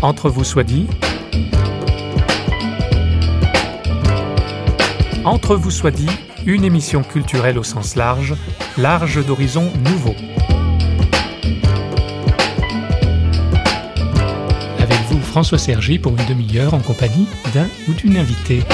Entre vous soit dit. Entre vous soit dit, une émission culturelle au sens large, large d'horizons nouveaux. Avec vous, François Sergi, pour une demi-heure en compagnie d'un ou d'une invitée.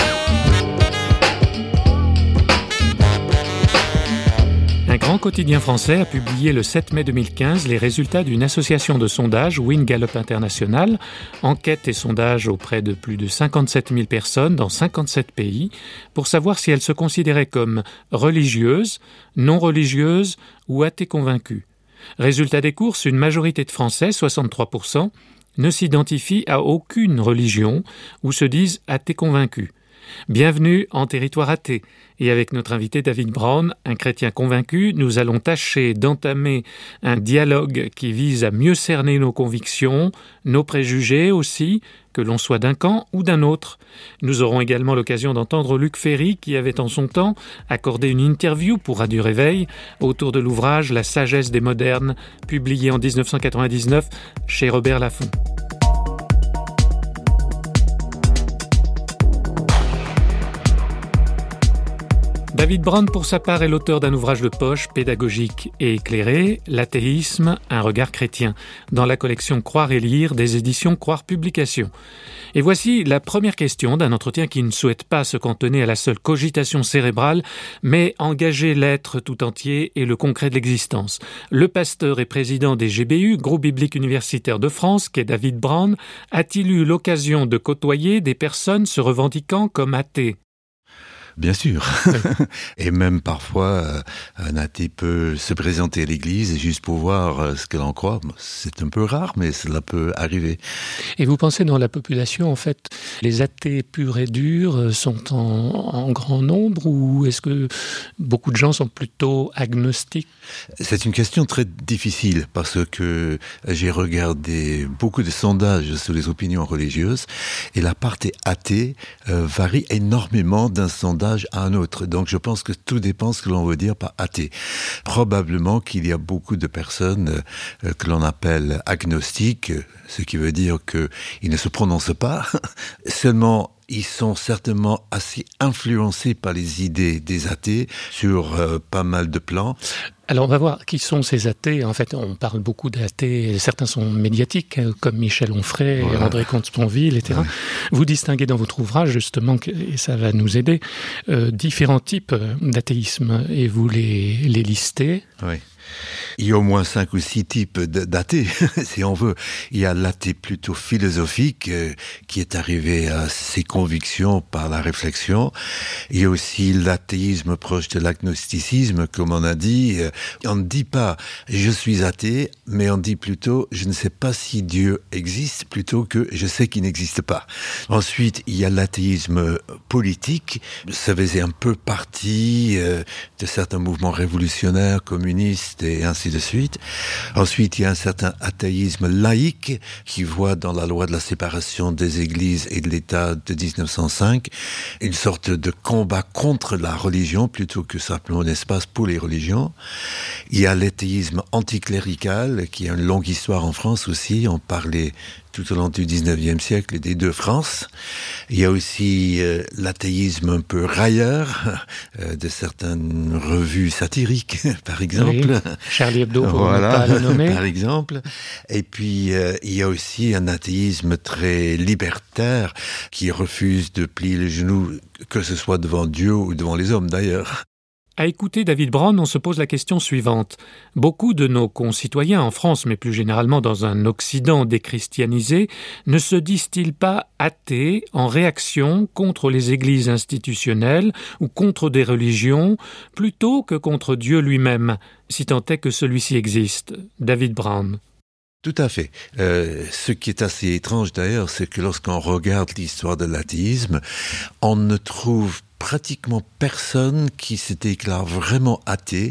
Un grand quotidien français a publié le 7 mai 2015 les résultats d'une association de sondage Wind Gallup International, enquête et sondage auprès de plus de 57 000 personnes dans 57 pays, pour savoir si elles se considéraient comme religieuses, non religieuses ou athées convaincus. Résultat des courses, une majorité de Français, 63%, ne s'identifient à aucune religion ou se disent athées convaincus. Bienvenue en territoire athée. Et avec notre invité David Brown, un chrétien convaincu, nous allons tâcher d'entamer un dialogue qui vise à mieux cerner nos convictions, nos préjugés aussi, que l'on soit d'un camp ou d'un autre. Nous aurons également l'occasion d'entendre Luc Ferry qui avait en son temps accordé une interview pour Radio Réveil autour de l'ouvrage La sagesse des modernes, publié en 1999 chez Robert Laffont. David Brown, pour sa part, est l'auteur d'un ouvrage de poche pédagogique et éclairé, L'athéisme, un regard chrétien, dans la collection Croire et lire des éditions Croire Publications. Et voici la première question d'un entretien qui ne souhaite pas se cantonner à la seule cogitation cérébrale, mais engager l'être tout entier et le concret de l'existence. Le pasteur et président des GBU, Groupe biblique universitaire de France, qu'est David Brown, a-t-il eu l'occasion de côtoyer des personnes se revendiquant comme athées ? Bien sûr. Et même parfois, un athée peut se présenter à l'église juste pour voir ce que l'on croit. C'est un peu rare, mais cela peut arriver. Et vous pensez dans la population, en fait, les athées purs et durs sont en grand nombre ou est-ce que beaucoup de gens sont plutôt agnostiques ? C'est une question très difficile parce que j'ai regardé beaucoup de sondages sur les opinions religieuses et la partie athée varie énormément d'un sondage à un autre. Donc je pense que tout dépend ce que l'on veut dire par athée. Probablement qu'il y a beaucoup de personnes que l'on appelle agnostiques, ce qui veut dire qu'ils ne se prononcent pas. Seulement, ils sont certainement assez influencés par les idées des athées sur pas mal de plans. Alors on va voir qui sont ces athées. En fait, on parle beaucoup d'athées, certains sont médiatiques, comme Michel Onfray, voilà. André Comte-Sponville, etc. Ouais. Vous distinguez dans votre ouvrage, justement, et ça va nous aider, différents types d'athéisme, et vous les listez. Oui. Il y a au moins 5 ou 6 types d'athées, si on veut. Il y a l'athée plutôt philosophique, qui est arrivé à ses convictions par la réflexion. Il y a aussi l'athéisme proche de l'agnosticisme, comme on a dit. On ne dit pas « je suis athée », mais on dit plutôt « je ne sais pas si Dieu existe », plutôt que « je sais qu'il n'existe pas ». Ensuite, il y a l'athéisme politique. Ça faisait un peu partie de certains mouvements révolutionnaires, communistes, et ainsi de suite. Ensuite, il y a un certain athéisme laïque qui voit dans la loi de la séparation des églises et de l'État de 1905 une sorte de combat contre la religion plutôt que simplement un espace pour les religions. Il y a l'athéisme anticlérical qui a une longue histoire en France aussi. On parlait tout au long du 19e siècle des deux France. Il y a aussi l'athéisme un peu railleur de certaines revues satiriques, par exemple. Oui, Charlie Hebdo, pour voilà, ne pas la nommer. Par exemple. Et puis, il y a aussi un athéisme très libertaire qui refuse de plier les genoux, que ce soit devant Dieu ou devant les hommes d'ailleurs. À écouter David Brown, on se pose la question suivante. Beaucoup de nos concitoyens en France, mais plus généralement dans un Occident déchristianisé, ne se disent-ils pas athées en réaction contre les églises institutionnelles ou contre des religions, plutôt que contre Dieu lui-même, si tant est que celui-ci existe ? David Brown. Tout à fait. Ce qui est assez étrange d'ailleurs, c'est que lorsqu'on regarde l'histoire de l'athéisme, on ne trouve pratiquement personne qui se déclare vraiment athée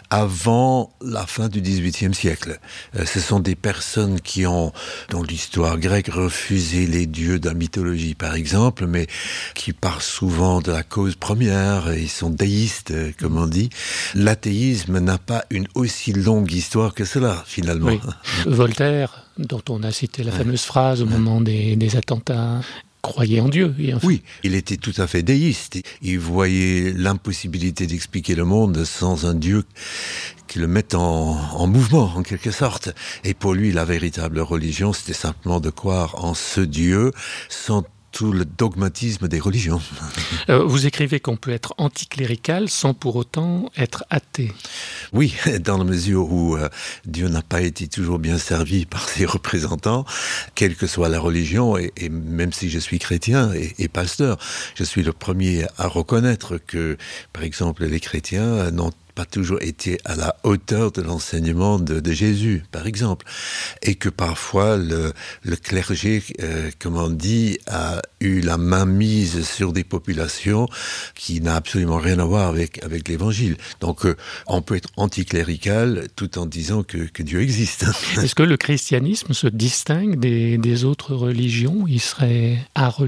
avant la fin du XVIIIe siècle. Ce sont des personnes qui ont, dans l'histoire grecque, refusé les dieux de la mythologie, par exemple, mais qui parlent souvent de la cause première, ils sont déistes, comme on dit. L'athéisme n'a pas une aussi longue histoire que cela, finalement. Oui. Voltaire, dont on a cité la fameuse phrase au moment des attentats, croyait en Dieu. Oui, il était tout à fait déiste. Il voyait l'impossibilité d'expliquer le monde sans un Dieu qui le mette en mouvement, en quelque sorte. Et pour lui, la véritable religion, c'était simplement de croire en ce Dieu sans tout le dogmatisme des religions. Vous écrivez qu'on peut être anticlérical sans pour autant être athée. Oui, dans la mesure où Dieu n'a pas été toujours bien servi par ses représentants, quelle que soit la religion, et même si je suis chrétien et pasteur, je suis le premier à reconnaître que, par exemple, les chrétiens n'ont pas toujours été à la hauteur de l'enseignement de Jésus, par exemple. Et que parfois, le clergé, comme on dit, a eu la main mise sur des populations qui n'a absolument rien à voir avec l'Évangile. Donc, on peut être anticlérical tout en disant que Dieu existe. Est-ce que le christianisme se distingue des autres religions ? Il serait areligieux ?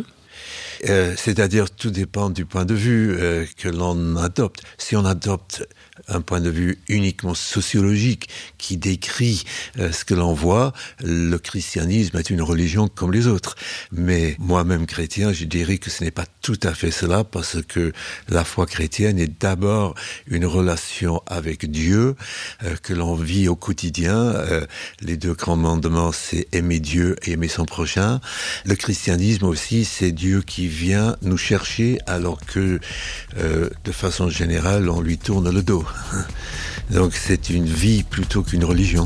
C'est-à-dire, tout dépend du point de vue que l'on adopte. Si on adopte un point de vue uniquement sociologique qui décrit ce que l'on voit, le christianisme est une religion comme les autres. Mais moi-même chrétien, je dirais que ce n'est pas tout à fait cela, parce que la foi chrétienne est d'abord une relation avec Dieu que l'on vit au quotidien. Les 2 commandements, c'est aimer Dieu et aimer son prochain. Le christianisme aussi, c'est Dieu qui vient nous chercher alors que, de façon générale, on lui tourne le dos. Donc c'est une vie plutôt qu'une religion.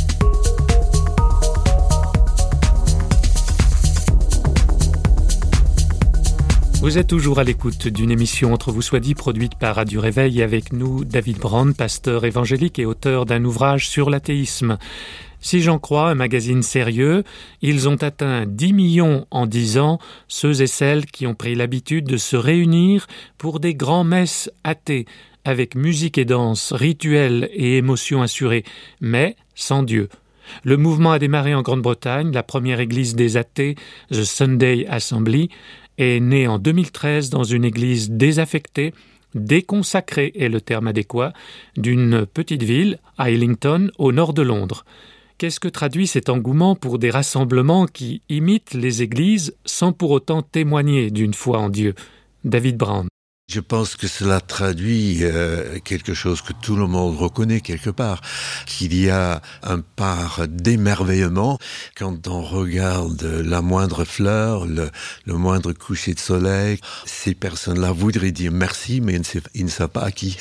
Vous êtes toujours à l'écoute d'une émission Entre vous soit dit, produite par Radio Réveil, et avec nous David Brand, pasteur évangélique et auteur d'un ouvrage sur l'athéisme. Si j'en crois, un magazine sérieux, ils ont atteint 10 millions en 10 ans, ceux et celles qui ont pris l'habitude de se réunir pour des grands-messes athées, avec musique et danse, rituels et émotions assurées, mais sans Dieu. Le mouvement a démarré en Grande-Bretagne, la première église des athées, The Sunday Assembly, est née en 2013 dans une église désaffectée, déconsacrée est le terme adéquat, d'une petite ville, Islington, au nord de Londres. Qu'est-ce que traduit cet engouement pour des rassemblements qui imitent les églises sans pour autant témoigner d'une foi en Dieu ? David Brand. Je pense que cela traduit quelque chose que tout le monde reconnaît quelque part, qu'il y a un part d'émerveillement quand on regarde la moindre fleur, le moindre coucher de soleil. Ces personnes-là voudraient dire merci, mais ils ne savent pas à qui.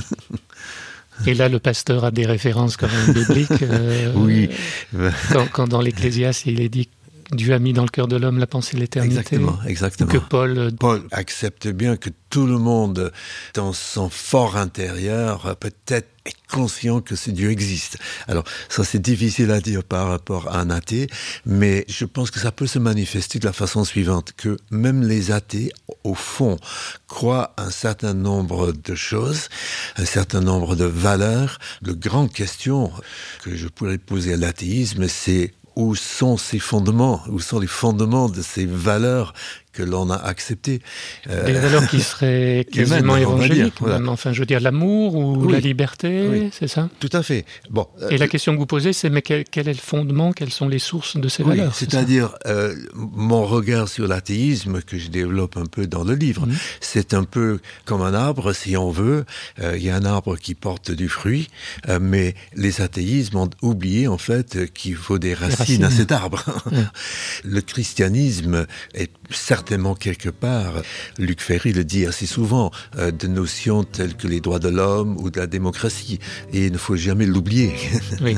Et là, le pasteur a des références quand même bibliques. Oui. Quand dans l'Ecclésiaste, il est dit Dieu a mis dans le cœur de l'homme la pensée de l'éternité. Exactement. Que Paul accepte bien que tout le monde, dans son fort intérieur, peut-être est conscient que ce Dieu existe. Alors, ça c'est difficile à dire par rapport à un athée, mais je pense que ça peut se manifester de la façon suivante, que même les athées, au fond, croient un certain nombre de choses, un certain nombre de valeurs. La grande question que je pourrais poser à l'athéisme, c'est où sont ces fondements, où sont les fondements de ces valeurs que l'on a acceptées. Des valeurs qui seraient quasiment évangéliques, voilà. Enfin, je veux dire, l'amour ou la liberté, c'est ça ? Tout à fait. Bon, et la question que vous posez, c'est mais quel est le fondement, quelles sont les sources de ces valeurs ? C'est-à-dire, mon regard sur l'athéisme, que je développe un peu dans le livre, c'est un peu comme un arbre, si on veut. Il y a un arbre qui porte du fruit, mais les athéismes ont oublié, en fait, qu'il faut des racines à cet arbre. Le christianisme est certainement quelque part, Luc Ferry le dit assez souvent, de notions telles que les droits de l'homme ou de la démocratie. Et il ne faut jamais l'oublier. Oui.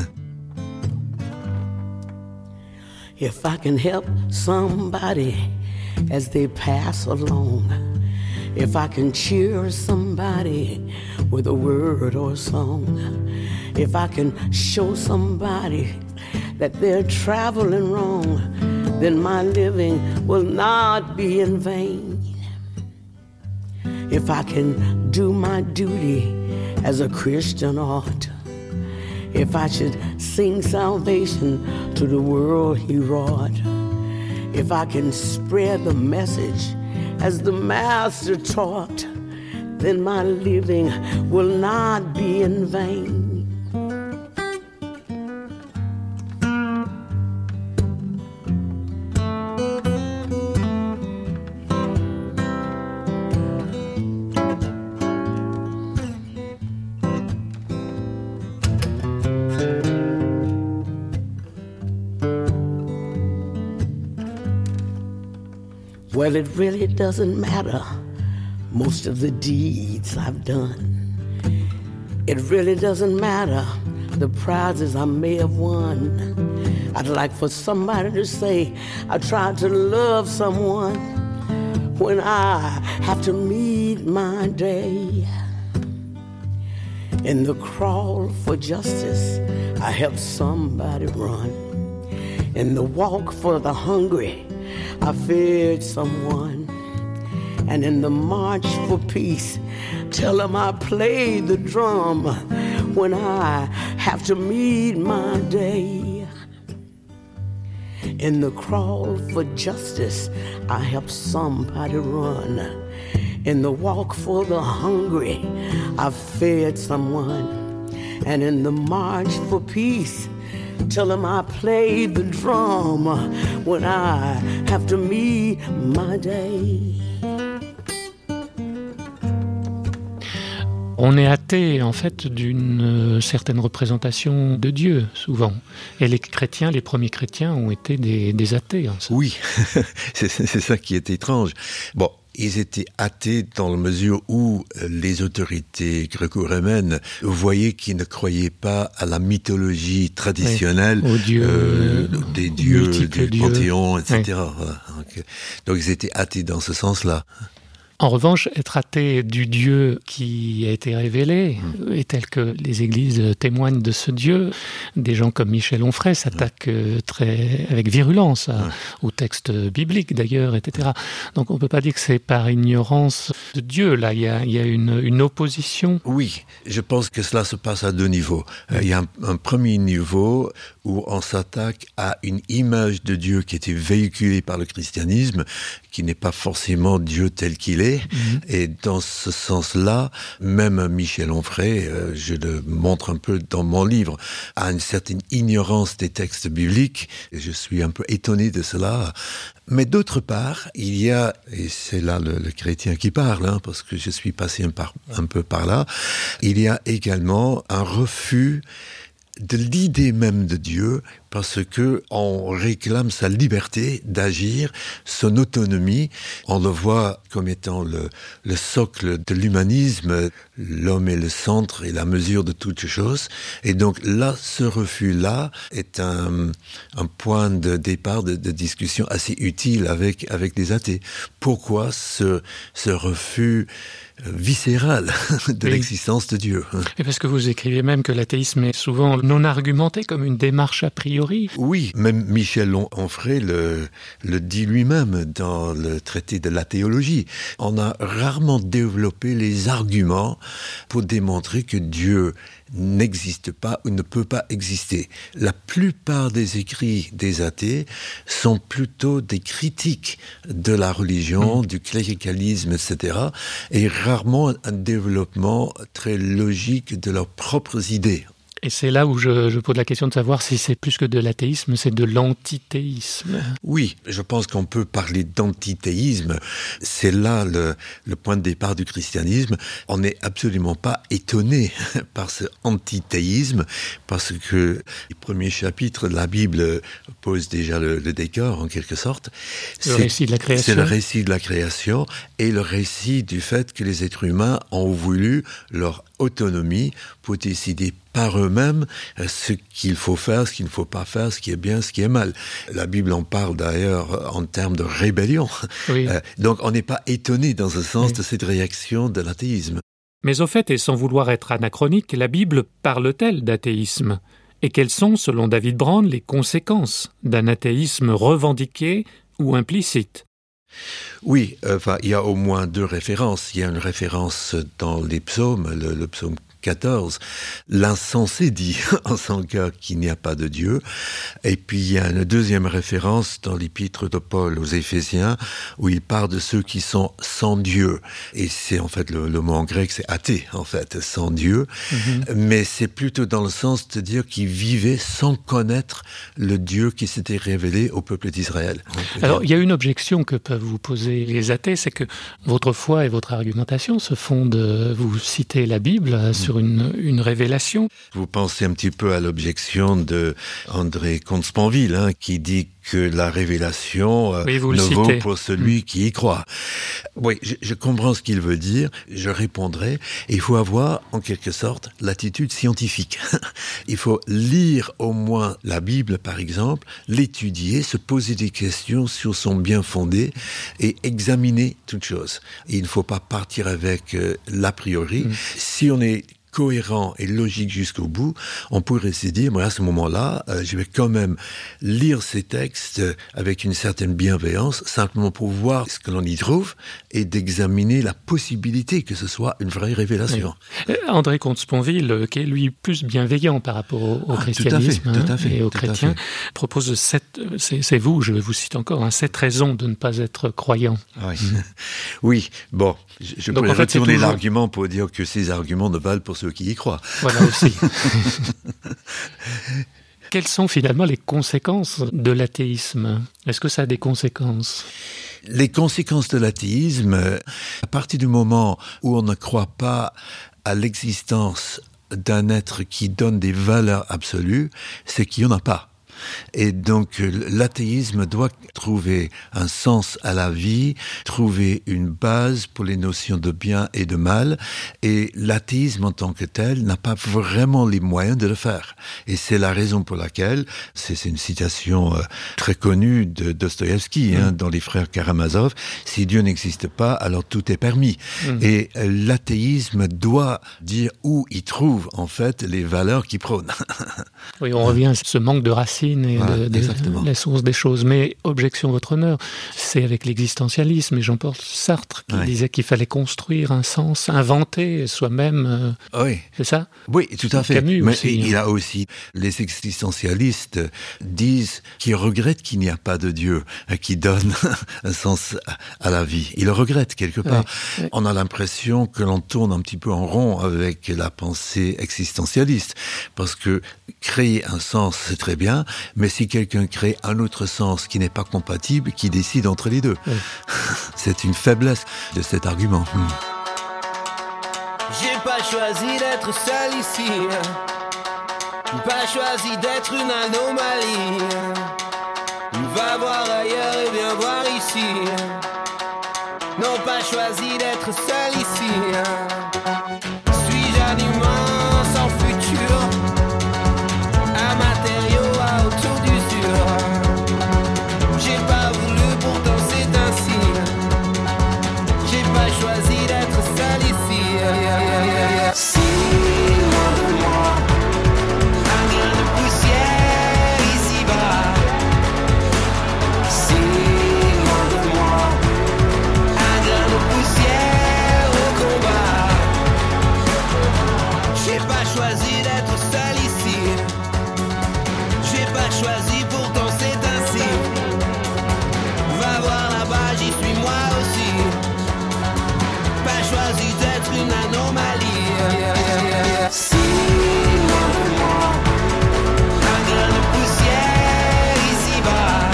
If I can help somebody as they pass along, if I can cheer somebody with a word or a song, if I can show somebody that they're traveling wrong, then my living will not be in vain. if I can do my duty as a Christian ought, if I should sing salvation to the world he wrought, if I can spread the message as the Master taught, then my living will not be in vain. Well, it really doesn't matter, most of the deeds I've done. It really doesn't matter, the prizes I may have won. I'd like for somebody to say, I tried to love someone when I have to meet my day. In the crawl for justice, I helped somebody run. In the walk for the hungry, I fed someone. And in the march for peace, tell them I played the drum when I have to meet my day. In the crawl for justice, I help somebody run. In the walk for the hungry, I fed someone. And in the march for peace, tell them I played the drum when I have to meet my day. On est athée, en fait, d'une certaine représentation de Dieu, souvent. Et les chrétiens, les premiers chrétiens, ont été des athées. Hein, oui, c'est ça qui est étrange. Bon, ils étaient athées dans la mesure où les autorités gréco-romaines voyaient qu'ils ne croyaient pas à la mythologie traditionnelle, aux dieux, des dieux, du panthéon, etc. Oui. Donc ils étaient athées dans ce sens-là. En revanche, être athée du Dieu qui a été révélé, et tel que les églises témoignent de ce Dieu, des gens comme Michel Onfray s'attaquent avec virulence aux textes bibliques d'ailleurs, etc. Donc on ne peut pas dire que c'est par ignorance de Dieu, là, il y a une opposition. Oui, je pense que cela se passe à deux niveaux. Il y a un premier niveau où on s'attaque à une image de Dieu qui était véhiculée par le christianisme, qui n'est pas forcément Dieu tel qu'il est. Et dans ce sens-là, même Michel Onfray, je le montre un peu dans mon livre, a une certaine ignorance des textes bibliques. Et je suis un peu étonné de cela. Mais d'autre part, il y a, et c'est là le chrétien qui parle, parce que je suis passé un peu par là, il y a également un refus de l'idée même de Dieu, parce que on réclame sa liberté d'agir, son autonomie. On le voit comme étant le socle de l'humanisme. L'homme est le centre et la mesure de toutes choses. Et donc là, ce refus-là est un point de départ de discussion assez utile avec les athées. Pourquoi ce refus viscéral de l'existence de Dieu? Et parce que vous écrivez même que l'athéisme est souvent non argumenté comme une démarche a priori. Oui, même Michel Onfray le dit lui-même dans le traité de la théologie. On a rarement développé les arguments pour démontrer que Dieu n'existe pas ou ne peut pas exister. La plupart des écrits des athées sont plutôt des critiques de la religion, du cléricalisme, etc. et rarement un développement très logique de leurs propres idées. Et c'est là où je pose la question de savoir si c'est plus que de l'athéisme, c'est de l'antithéisme. Oui, je pense qu'on peut parler d'antithéisme. C'est là le point de départ du christianisme. On n'est absolument pas étonné par ce antithéisme, parce que les premiers chapitres de la Bible posent déjà le décor, en quelque sorte. Le récit de la création. C'est le récit de la création et le récit du fait que les êtres humains ont voulu leur autonomie pour décider par eux-mêmes ce qu'il faut faire, ce qu'il ne faut pas faire, ce qui est bien, ce qui est mal. La Bible en parle d'ailleurs en termes de rébellion. Oui. Donc on n'est pas étonné dans ce sens de cette réaction de l'athéisme. Mais au fait, et sans vouloir être anachronique, la Bible parle-t-elle d'athéisme ? Et quelles sont, selon David Brand, les conséquences d'un athéisme revendiqué ou implicite ? Oui, il y a au moins 2 références. Il y a une référence dans les psaumes, le psaume 14. L'insensé dit en son cœur qu'il n'y a pas de Dieu. Et puis il y a une deuxième référence dans l'épître de Paul aux Éphésiens où il parle de ceux qui sont sans Dieu. Et c'est en fait le mot en grec, c'est athée en fait, sans Dieu. Mais c'est plutôt dans le sens de dire qu'ils vivaient sans connaître le Dieu qui s'était révélé au peuple d'Israël. Alors il y a une objection que peuvent vous poser les athées, c'est que votre foi et votre argumentation se fondent, vous citez la Bible sur une révélation. Vous pensez un petit peu à l'objection de André Comte-Sponville, qui dit que la révélation ne vaut pour celui qui y croit. Oui, je comprends ce qu'il veut dire, je répondrai. Il faut avoir, en quelque sorte, l'attitude scientifique. Il faut lire au moins la Bible, par exemple, l'étudier, se poser des questions sur son bien fondé et examiner toute chose. Et il ne faut pas partir avec l'a priori. Si on est cohérent et logique jusqu'au bout, on pourrait se dire, moi à ce moment-là, je vais quand même lire ces textes avec une certaine bienveillance, simplement pour voir ce que l'on y trouve et d'examiner la possibilité que ce soit une vraie révélation. Oui. André Comte-Sponville, qui est lui plus bienveillant par rapport au christianisme tout à fait, et aux chrétiens, propose c'est vous, je vous cite encore, 7 raisons de ne pas être croyant. Oui, oui, bon, je pourrais retourner l'argument pour dire que ces arguments ne valent pour ceux qui y croient. Voilà aussi. Quelles sont finalement les conséquences de l'athéisme ? Est-ce que ça a des conséquences ? Les conséquences de l'athéisme, à partir du moment où on ne croit pas à l'existence d'un être qui donne des valeurs absolues, c'est qu'il n'y en a pas. Et donc l'athéisme doit trouver un sens à la vie, trouver une base pour les notions de bien et de mal, et l'athéisme en tant que tel n'a pas vraiment les moyens de le faire. Et c'est la raison pour laquelle, c'est une citation très connue de Dostoïevski, dans Les Frères Karamazov, si Dieu n'existe pas, alors tout est permis. Et l'athéisme doit dire où il trouve en fait les valeurs qu'il prône. Oui, on revient à ce manque de racines et la source des choses. Mais objection, votre honneur, c'est avec l'existentialisme et Jean-Paul Sartre qui disait qu'il fallait construire un sens, inventer soi-même. Oui. C'est ça ? Oui, tout à fait. Camus mais aussi, il y a aussi les existentialistes disent qu'ils regrettent qu'il n'y a pas de Dieu qui donne un sens à la vie. Ils le regrettent quelque part. Oui. On a l'impression que l'on tourne un petit peu en rond avec la pensée existentialiste parce que créer un sens, c'est très bien, mais si quelqu'un crée un autre sens qui n'est pas compatible, qui décide entre les deux. Oui. C'est une faiblesse de cet argument. J'ai pas choisi d'être seul ici, pas choisi d'être une anomalie. Va voir ailleurs et viens voir ici. Non, pas choisi d'être seul ici. Suis-je un humain sans futur, un matériau à autour d'usure? J'ai pas voulu, pourtant c'est ainsi. J'ai pas choisi d'être seul ici. Si loin de moi, un grain de poussière ici-bas. Si loin de moi, un grain de poussière au combat. J'ai pas choisi d'être seul ici. J'ai pas choisi, pourtant c'est ainsi. Va voir là-bas, j'y suis moi aussi. Pas choisi d'être une anomalie. Si loin de moi, un grain de poussière ici-bas.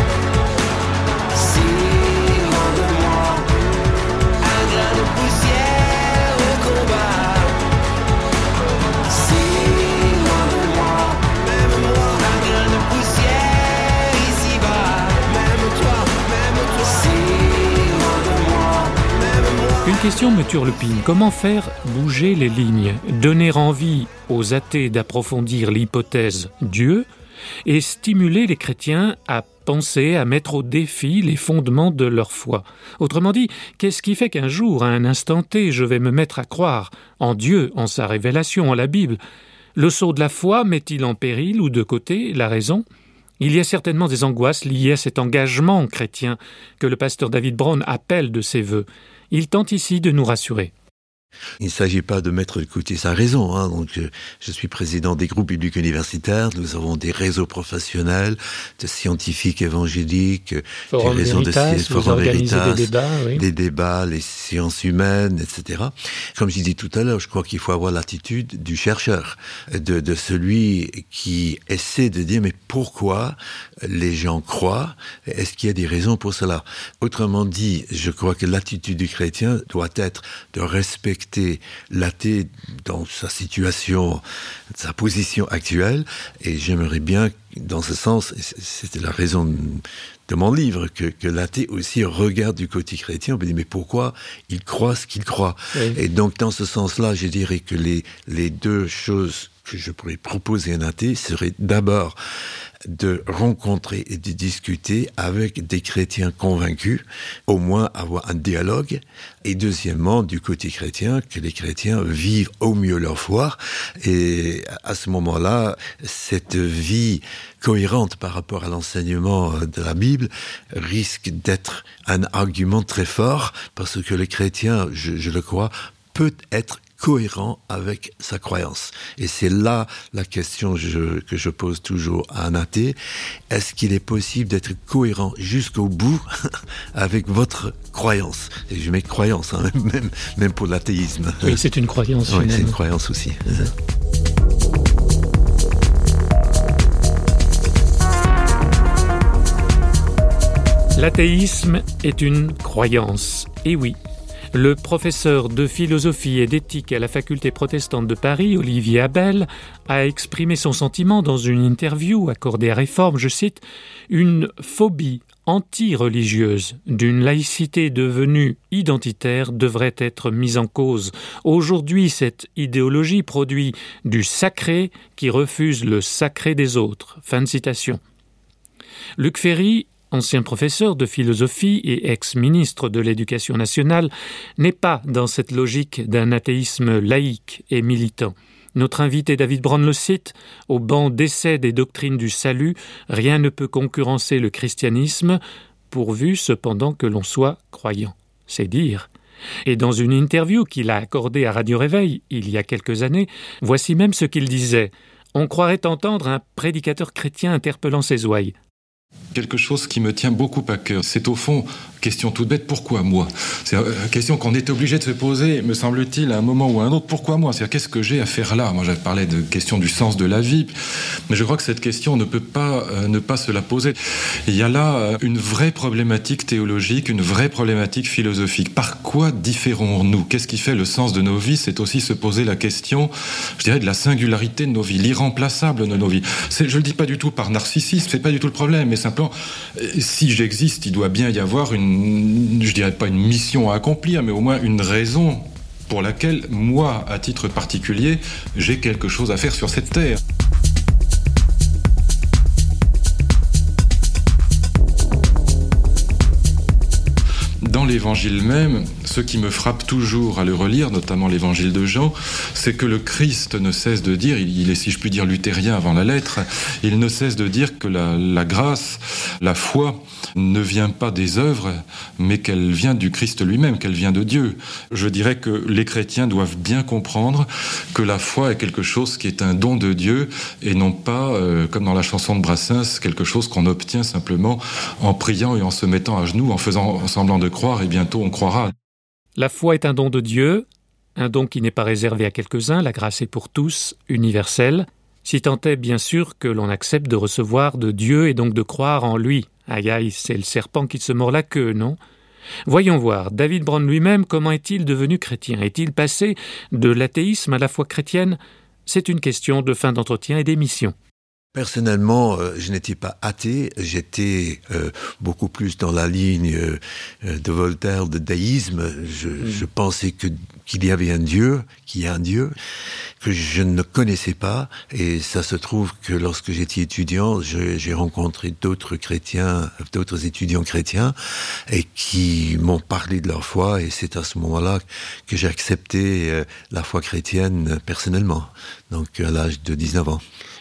Si loin de moi, un grain de poussière au combat. Si loin de moi, même moi, un grain de poussière ici-bas. Même toi, si loin de moi, même moi. Une question me turlupine. Comment faire bouger les lignes, donner envie aux athées d'approfondir l'hypothèse Dieu et stimuler les chrétiens à penser, à mettre au défi les fondements de leur foi? Autrement dit, qu'est-ce qui fait qu'un jour, à un instant T, je vais me mettre à croire en Dieu, en sa révélation, en la Bible? Le saut de la foi met-il en péril ou de côté la raison? Il y a certainement des angoisses liées à cet engagement chrétien que le pasteur David Brown appelle de ses vœux. Il tente ici de nous rassurer. Il ne s'agit pas de mettre de côté sa raison. Donc, je suis président des groupes bibliques universitaires. Nous avons des réseaux professionnels, de scientifiques évangéliques, Forum des réseaux Veritas, de Forum Veritas, des débats, les sciences humaines, etc. Comme je disais tout à l'heure, je crois qu'il faut avoir l'attitude du chercheur, de celui qui essaie de dire mais pourquoi les gens croient? Est-ce qu'il y a des raisons pour cela? Autrement dit, je crois que l'attitude du chrétien doit être de respecter l'athée dans sa situation, sa position actuelle, et j'aimerais bien, dans ce sens, c'était la raison de mon livre, que l'athée aussi regarde du côté chrétien, on peut dire, mais pourquoi il croit ce qu'il croit? Oui. Et donc, dans ce sens-là, je dirais que les deux choses que je pourrais proposer à un athée seraient d'abord de rencontrer et de discuter avec des chrétiens convaincus, au moins avoir un dialogue, et deuxièmement, du côté chrétien, que les chrétiens vivent au mieux leur foi, et à ce moment-là, cette vie cohérente par rapport à l'enseignement de la Bible risque d'être un argument très fort, parce que le chrétien, je le crois, peut être cohérent avec sa croyance. Et c'est là la question que je pose toujours à un athée. Est-ce qu'il est possible d'être cohérent jusqu'au bout avec votre croyance? Et je mets croyance, même pour l'athéisme. Oui, c'est une croyance. Oui, c'est une croyance aussi. L'athéisme est une croyance. Et oui. Le professeur de philosophie et d'éthique à la faculté protestante de Paris, Olivier Abel, a exprimé son sentiment dans une interview accordée à Réforme, je cite, « une phobie anti-religieuse d'une laïcité devenue identitaire devrait être mise en cause. Aujourd'hui, cette idéologie produit du sacré qui refuse le sacré des autres. » Fin de citation. Luc Ferry, ancien professeur de philosophie et ex-ministre de l'Éducation nationale, n'est pas dans cette logique d'un athéisme laïque et militant. Notre invité David Brown le cite, « Au banc d'essai des doctrines du salut, rien ne peut concurrencer le christianisme, pourvu cependant que l'on soit croyant. » C'est dire. Et dans une interview qu'il a accordée à Radio Réveil il y a quelques années, voici même ce qu'il disait. On croirait entendre un prédicateur chrétien interpellant ses ouailles. Quelque chose qui me tient beaucoup à cœur. C'est au fond, question toute bête, pourquoi moi? C'est une question qu'on est obligé de se poser, me semble-t-il, à un moment ou à un autre. Pourquoi moi? C'est-à-dire, qu'est-ce que j'ai à faire là? Moi, j'avais parlé de question du sens de la vie, mais je crois que cette question ne peut pas ne pas se la poser. Il y a là une vraie problématique théologique, une vraie problématique philosophique. Par quoi différons-nous? Qu'est-ce qui fait le sens de nos vies? C'est aussi se poser la question, je dirais, de la singularité de nos vies, l'irremplaçable de nos vies. Je ne le dis pas du tout par narcissisme, c'est pas du tout le problème, mais simplement, si j'existe, il doit bien y avoir je dirais pas une mission à accomplir, mais au moins une raison pour laquelle, moi, à titre particulier, j'ai quelque chose à faire sur cette terre. Dans l'évangile même, ce qui me frappe toujours à le relire, notamment l'évangile de Jean, c'est que le Christ ne cesse de dire, il est, si je puis dire, luthérien avant la lettre, il ne cesse de dire que la grâce, la foi, ne vient pas des œuvres, mais qu'elle vient du Christ lui-même, qu'elle vient de Dieu. Je dirais que les chrétiens doivent bien comprendre que la foi est quelque chose qui est un don de Dieu, et non pas, comme dans la chanson de Brassens, quelque chose qu'on obtient simplement en priant et en se mettant à genoux, en faisant semblant de croire, et bientôt on croira. La foi est un don de Dieu, un don qui n'est pas réservé à quelques-uns, la grâce est pour tous, universelle, si tant est bien sûr que l'on accepte de recevoir de Dieu et donc de croire en lui. Aïe aïe, c'est le serpent qui se mord la queue, non? Voyons voir, David Brown lui-même, comment est-il devenu chrétien? Est-il passé de l'athéisme à la foi chrétienne? C'est une question de fin d'entretien et d'émission. Personnellement, je n'étais pas athée, j'étais beaucoup plus dans la ligne de Voltaire, de déisme. Je pensais qu'il y avait un Dieu, qu'il y a un Dieu, que je ne connaissais pas. Et ça se trouve que lorsque j'étais étudiant, j'ai rencontré d'autres chrétiens, d'autres étudiants chrétiens, et qui m'ont parlé de leur foi. Et c'est à ce moment-là que j'ai accepté la foi chrétienne personnellement, donc à l'âge de 19 ans.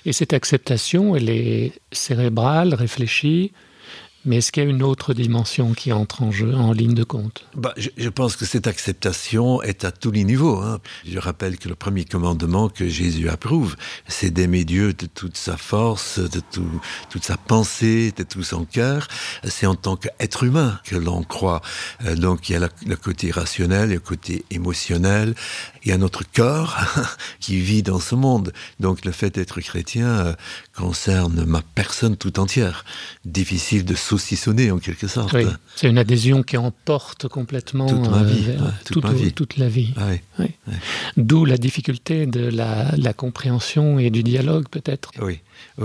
Et cette acceptation, elle est cérébrale, réfléchie, mais est-ce qu'il y a une autre dimension qui entre en jeu, en ligne de compte ? Je pense que cette acceptation est à tous les niveaux. Je rappelle que le premier commandement que Jésus approuve, c'est d'aimer Dieu de toute sa force, de toute sa pensée, de tout son cœur. C'est en tant qu'être humain que l'on croit. Donc il y a le côté rationnel, il y a le côté émotionnel, il y a notre corps qui vit dans ce monde. Donc le fait d'être chrétien concerne ma personne tout entière. Difficile de saucissonner en quelque sorte. Oui, c'est une adhésion qui emporte complètement toute ma vie, toute la vie. Ah oui. Oui. Oui. D'où la difficulté de la compréhension et du dialogue peut-être. Oui.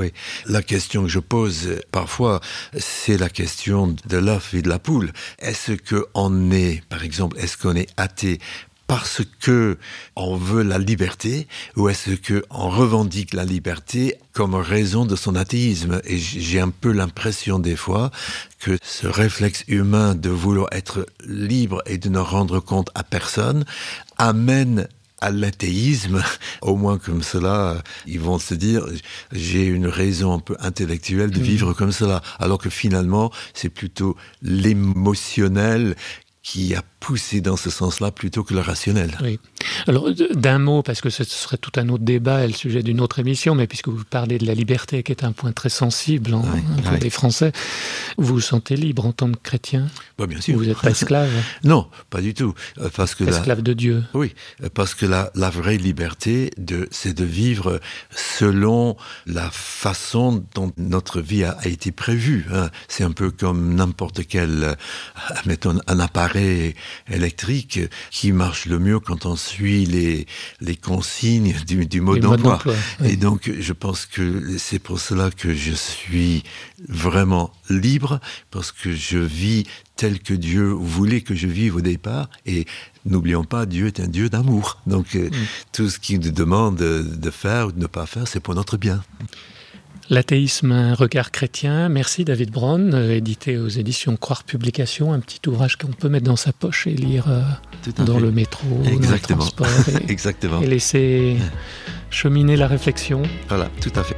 La question que je pose parfois, c'est la question de l'œuf et de la poule. Est-ce qu'on est, par exemple, athée parce que on veut la liberté, ou est-ce qu'on revendique la liberté comme raison de son athéisme? Et j'ai un peu l'impression des fois que ce réflexe humain de vouloir être libre et de ne rendre compte à personne amène à l'athéisme. Au moins comme cela, ils vont se dire j'ai une raison un peu intellectuelle de vivre comme cela, alors que finalement c'est plutôt l'émotionnel qui a poussé dans ce sens-là plutôt que le rationnel. Oui. Alors, d'un mot, parce que ce serait tout un autre débat et le sujet d'une autre émission, mais puisque vous parlez de la liberté, qui est un point très sensible pour les Français, vous vous sentez libre en tant que chrétien ? Bien sûr. Vous n'êtes pas esclave ? Non, pas du tout. Parce que esclave de Dieu. Oui, parce que la vraie liberté, c'est de vivre selon la façon dont notre vie a été prévue. C'est un peu comme n'importe quel, mettons, un appareil électrique qui marche le mieux quand on suit les consignes du mode d'emploi. Oui. Et donc, je pense que c'est pour cela que je suis vraiment libre, parce que je vis tel que Dieu voulait que je vive au départ. Et n'oublions pas, Dieu est un Dieu d'amour. Donc, tout ce qu'il nous demande de faire ou de ne pas faire, c'est pour notre bien. L'athéisme, un regard chrétien. Merci David Braun, édité aux éditions Croire Publications, un petit ouvrage qu'on peut mettre dans sa poche et lire dans le métro, dans le transport. Exactement. Et laisser cheminer la réflexion. Voilà, tout à fait.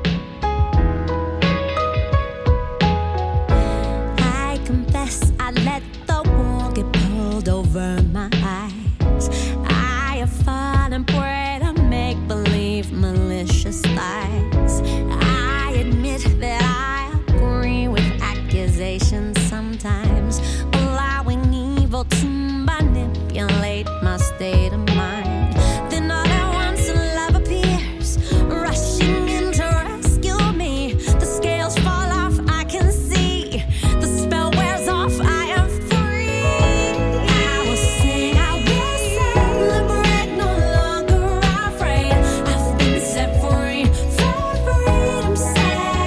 I confess I let the wool get pulled over my eyes. I have fallen prey to make-believe malicious lies. That I agree with accusations sometimes, allowing evil to manipulate my state of mind. Then all at once love appears, rushing in to rescue me. The scales fall off, I can see. The spell wears off, I am free. I will sing, I will celebrate, no longer afraid. I've been set free for freedom's sake.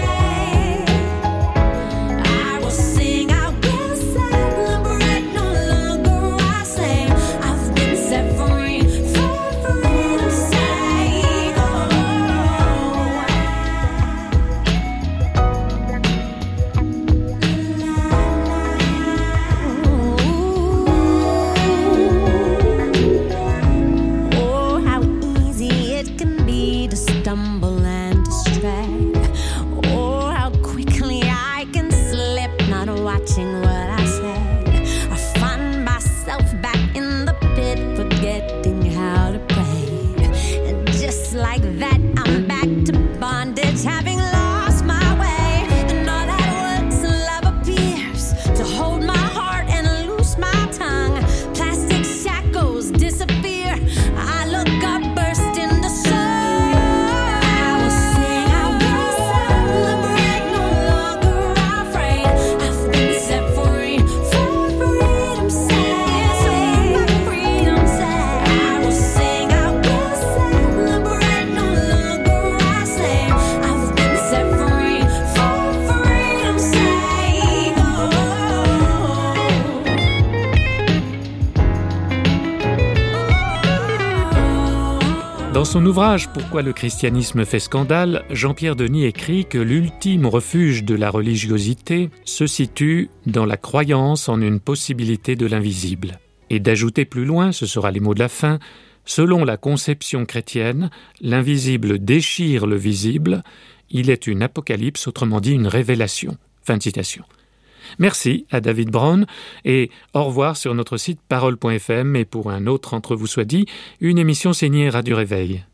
Dans son ouvrage « Pourquoi le christianisme fait scandale », Jean-Pierre Denis écrit que l'ultime refuge de la religiosité se situe dans la croyance en une possibilité de l'invisible. Et d'ajouter plus loin, ce sera les mots de la fin, Selon la conception chrétienne, l'invisible déchire le visible, il est une apocalypse, autrement dit une révélation. » Fin de citation. Merci à David Brown et au revoir sur notre site parole.fm et pour un autre entre vous soit dit, une émission signée Radio Réveil.